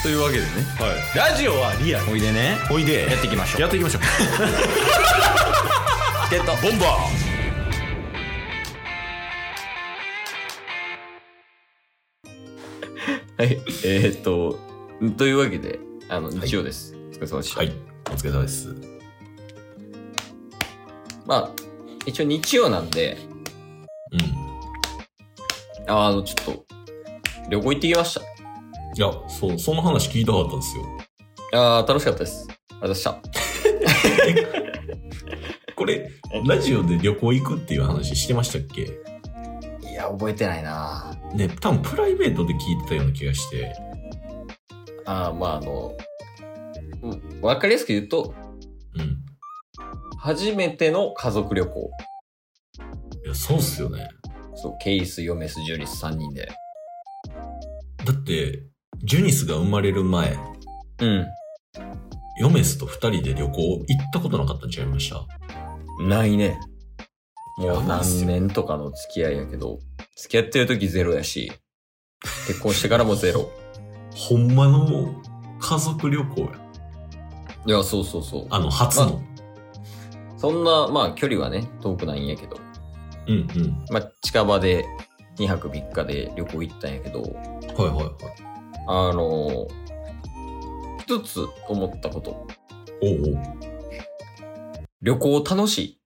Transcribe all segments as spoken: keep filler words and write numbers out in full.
というわけでね、 はい、ラジオはリアル。 おいでね、 おいでやっていきましょう。 やっていきましょう。 ゲットボンバーはい、えー、っとというわけで、あの日曜です、はい、お疲れ様でした。 はい、お疲れ様です。 まあ一応日曜なんで、 うん、 あのちょっと旅行行ってきました。 いや、そう、その話聞いたかったんですよ。 あー、楽しかったです。ありがとうございました。 これ、ラジオで旅行行くっていう話してましたっけ？ いや、覚えてないなね、多分プライベートで聞いてたような気がして。 あー、まああの、うん、わかりやすく言うと、 うん。 初めての家族旅行。 いや、そうっすよね。 そう、ケイス、ヨメス、ジュニスさんにんで。 だって、ジュニスが生まれる前、 うん。 ヨメスと二人で旅行行ったことなかったんちゃいました？ ないね。もう何年とかの付き合いやけど、付き合ってる時ゼロやし、結婚してからもゼロ。 ほんまの家族旅行や。 いや、そうそうそう。 あの、初の。 まあ、そんな、まあ、距離はね、遠くないんやけど。 うんうん。 まあ、近場でにはくみっかで旅行行ったんやけど、 はいはいはい。 あの、一つ思ったこと。 おうおう。 旅行楽しい。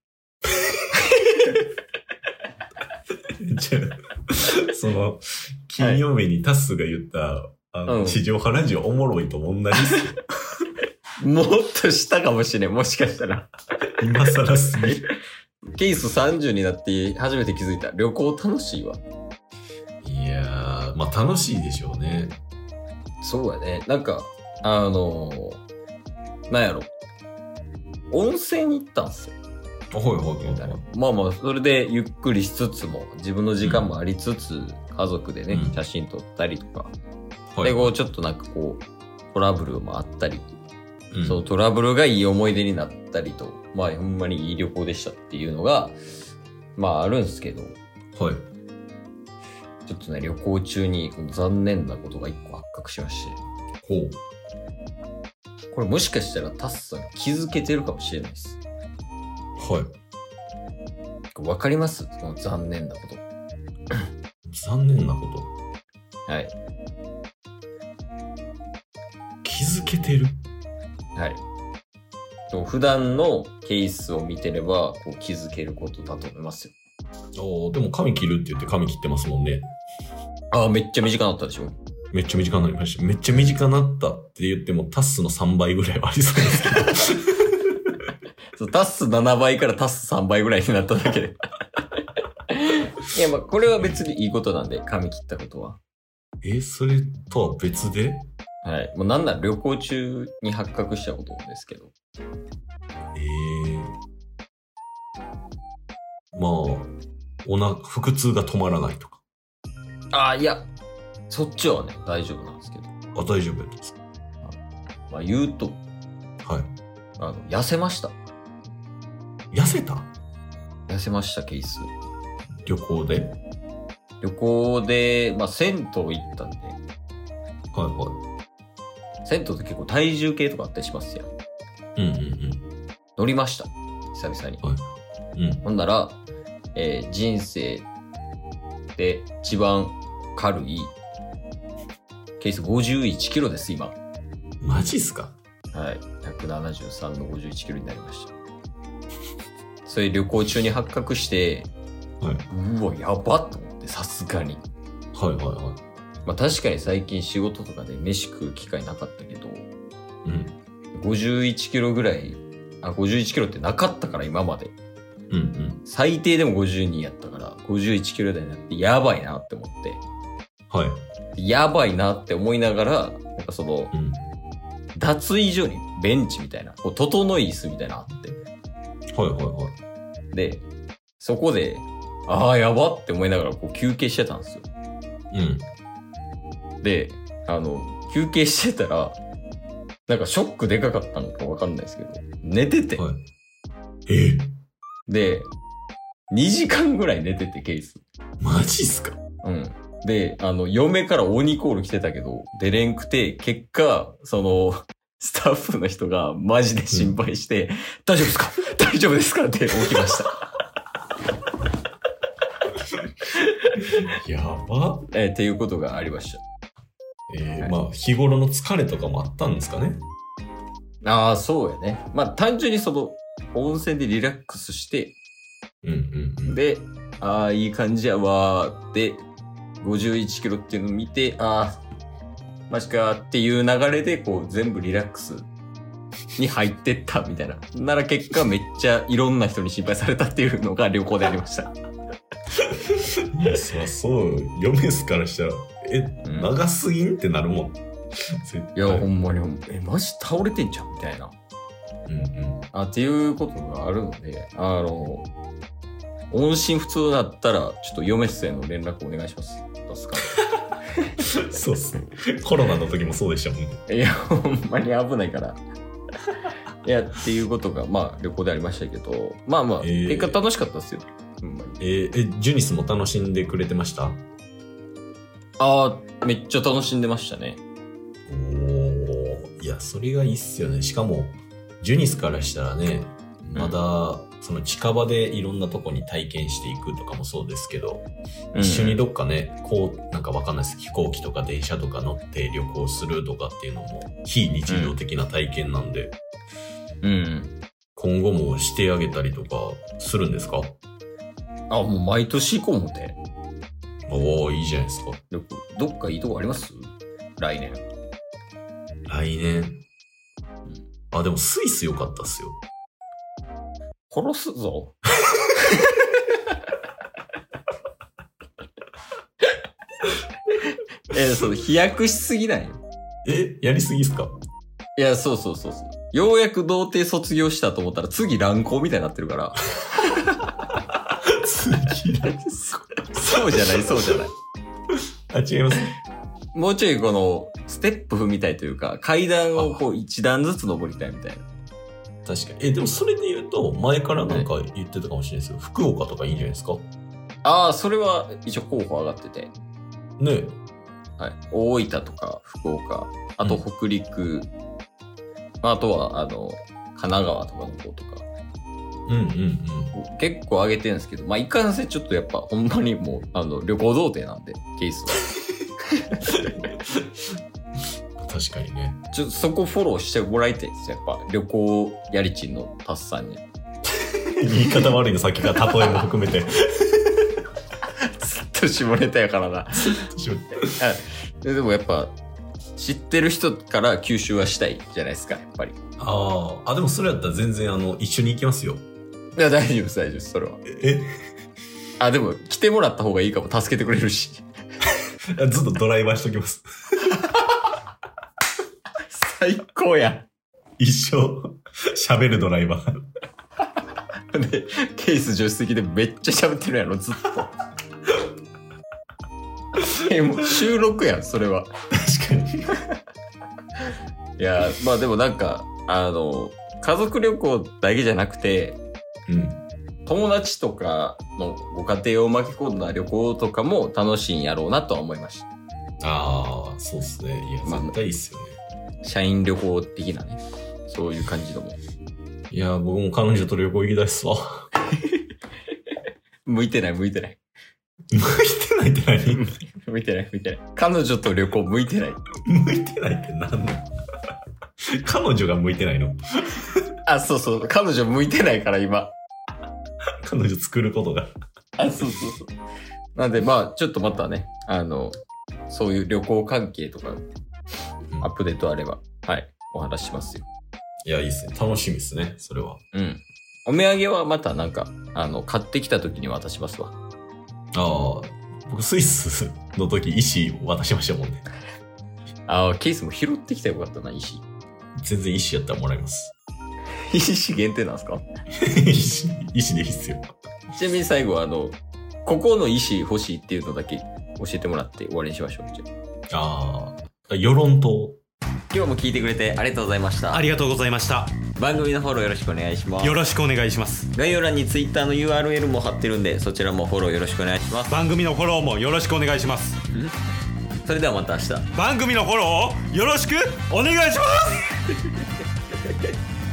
じゃあ、その、金曜日にタッスが言った、はい、あの、うん、地上波ラジオおもろいと同じですよ。 もっとしたかもしれん、もしかしたら。 今更すぎ。 ケースさんじゅうになって初めて気づいた。旅行楽しいわ。 いやー、まあ楽しいでしょうね。 そうやね。なんか、あのー、なんやろ。温泉に行ったんすよ。 はいはいはいはい。 まあまあ、それでゆっくりしつつも、自分の時間もありつつ、うん、家族でね、うん、写真撮ったりとか。はい、で、こう、ちょっとなんかこう、トラブルもあったり、うん、そう、トラブルがいい思い出になったりと、まあ、ほんまにいい旅行でしたっていうのが、まあ、あるんすけど。 はい。 ちょっとね、旅行中に残念なことが一個発覚しまして。 ほう。 これもしかしたらタスさん気づけてるかもしれないです。 はい。 わかります？この残念なこと。 残念なこと。 はい。 気づけてる？ はい。普段のケースを見てればこう気づけることだと思いますよ。 おー、でも髪切るって言って髪切ってますもんね。 ああ、めっちゃ短くなったでしょ。 めっちゃ短くなりました。めっちゃ短くなったって言ってもタスのさんばいぐらいはありそうですけど。 そうタスななばいからタスさんばいぐらいになっただけで。いや、まあこれは別にいいことなんで、髪切ったことは。 え、それとは別で？ はい。もうなんなら旅行中に発覚したことなんですけど。 ええー。まあ、おな、腹痛が止まらないとか。 ああ、いや、そっちはね、大丈夫なんですけど。 あ、大丈夫やったんですか？ まあ言うと、 はい。 あの、痩せました。 痩せた？ 痩せました、ケース。 旅行で？ 旅行で、まあ銭湯行ったんで。はいはい。 銭湯って結構体重計とかあったりしますやん。 うんうんうん。 乗りました。久々に。 はい。うん。 ほんなら、えー、人生で一番軽いケースごじゅういちキロです、今。 マジっすか？ はい。ひゃくななじゅうさんのごじゅういちキロになりました。それ旅行中に発覚して、はい、うわ、やばっと思って、さすがに。 はいはいはい。 まあ確かに最近仕事とかで飯食う機会なかったけど、 うん。 ごじゅういちキロぐらい、あ、ごじゅういちキロってなかったから今まで。 うんうん。 最低でもごじゅうにやったから、ごじゅういちキロ台になってやばいなって思って。 はい。 やばいなって思いながら、なんかその、うん、脱衣所にベンチみたいな、こう、整い椅子みたいなのあって。 はいはいはい。 で、そこで、ああ、やばって思いながらこう休憩してたんですよ。 うん。 で、あの、休憩してたら、なんかショックでかかったのかわかんないですけど、寝てて。 はい、えで、にじかんぐらい寝てて、ケース。 マジっすか？ うん。 で、あの、嫁から鬼コール来てたけど、出れんくて、結果、その、スタッフの人がマジで心配して、うん、大丈夫ですか大丈夫ですかって起きました。 やば。 えー、っていうことがありました。 えー、はい、まあ、日頃の疲れとかもあったんですかね。 ああ、そうやね。まあ、単純にその、温泉でリラックスして、 うんうんうん、 で、ああ、いい感じやわーって、ごじゅういちキロっていうのを見て、ああ、マジかっていう流れで、こう、全部リラックスに入ってったみたいな。なら結果めっちゃいろんな人に心配されたっていうのが旅行でありました。 いや、そうそう、嫁すからしたら、え、うん、長すぎんってなるもん。 いや、ほんまに、え、マジ倒れてんじゃんみたいな。 うんうん。 あ、っていうことがあるので、あの、音信不通だったら、ちょっと嫁室への連絡お願いします。助かる。 そうっすね。コロナの時もそうでしたもんね。 いや、ほんまに危ないから。いや、っていうことが、まあ、旅行でありましたけど、まあまあ、えー、結果楽しかったですよ。ほんまに。 えー、え、ジュニスも楽しんでくれてました？ ああ、めっちゃ楽しんでましたね。 おー、いや、それがいいっすよね。しかも、ジュニスからしたらね、まだ、うん、その近場でいろんなとこに体験していくとかもそうですけど、うん、一緒にどっかね、こう、なんかわかんないです。飛行機とか電車とか乗って旅行するとかっていうのも非日常的な体験なんで、 うん。 今後もしてあげたりとかするんですか？ あ、もう毎年行こう思って。 おー、いいじゃないですか。 どっかいいとこあります？来年。 来年、うん、あ、でもスイス良かったっすよ。 殺すぞ。え、そう、飛躍しすぎない？ え、やりすぎっすか？ いや、そうそうそうそう。ようやく童貞卒業したと思ったら次乱行みたいになってるから。 次乱行。 そうじゃない、そうじゃない。 あ、違います。 もうちょいこの、ステップ踏みたいというか、階段をこう一段ずつ登りたいみたいな。 確かに。え、でもそれで言うと、前からなんか言ってたかもしれないですけど、福岡とかいいんじゃないですか？ ああ、それは一応候補上がってて。 ねえ。 はい。大分とか福岡、あと北陸、うん、あとはあの、神奈川とかの方とか。 うんうんうん。 結構上げてるんですけど、まあ、いかんせんちょっとやっぱほんまにもう、あの、旅行童貞なんで、ケースは。 確かにね。 ちょっとそこフォローしてもらいたいですよ。やっぱ旅行やりちんのタスさんに。 言い方悪いの、さっきから例えも含めて。ずっと下ネタやからな。で, でもやっぱ知ってる人から吸収はしたいじゃないですか、やっぱり。 ああ、でもそれやったら全然あの一緒に行きますよ。 いや、大丈夫です、大丈夫です、それは。 えあ、でも来てもらった方がいいかも、助けてくれるし。 ずっとドライバーしときます。 最高やん。 一生喋るドライバー。 で、ケース助手席でめっちゃ喋ってるやろ、ずっと。え、もう収録やん、それは。 確かに。 いや、まあでもなんか、あの、家族旅行だけじゃなくて、 うん、 友達とかのご家庭を巻き込んだ旅行とかも楽しいんやろうなとは思いました。 ああ、そうっすね。いや、絶対いいっすよね。 社員旅行的なね、そういう感じのも。 いや、僕も彼女と旅行行きたいっすわ。 向いてない、向いてない。 向いてないって何？ 向いてない、向いてない。彼女と旅行向いてない。 向いてないって何の？彼女が向いてないの？ あ、そうそう。彼女向いてないから、今。 彼女作ることが。 あ、そうそうそう。なんで、まあ、ちょっとまたね、あの、そういう旅行関係とか、アップデートあれば、うん、はい、お話しますよ。 いや、いいっすね。楽しみっすね、それは。 うん。お土産はまたなんか、あの、買ってきた時に渡しますわ。 ああ、僕スイスの時石渡しましたもんね。 ああ、ケースも拾ってきたらよかったな、石。 全然石やったらもらいます。 石限定なんですか？ 石、石でいいっすよ。 ちなみに最後はあの、ここの石欲しいっていうのだけ教えてもらって終わりにしましょう。じゃああ、与論島。 今日も聞いてくれてありがとうございました。 ありがとうございました。 番組のフォローよろしくお願いします。 よろしくお願いします。 概要欄に Twitter の ユーアールエル も貼ってるんで、そちらもフォローよろしくお願いします。 番組のフォローもよろしくお願いします。 それではまた明日。 番組のフォローをよろしくお願いします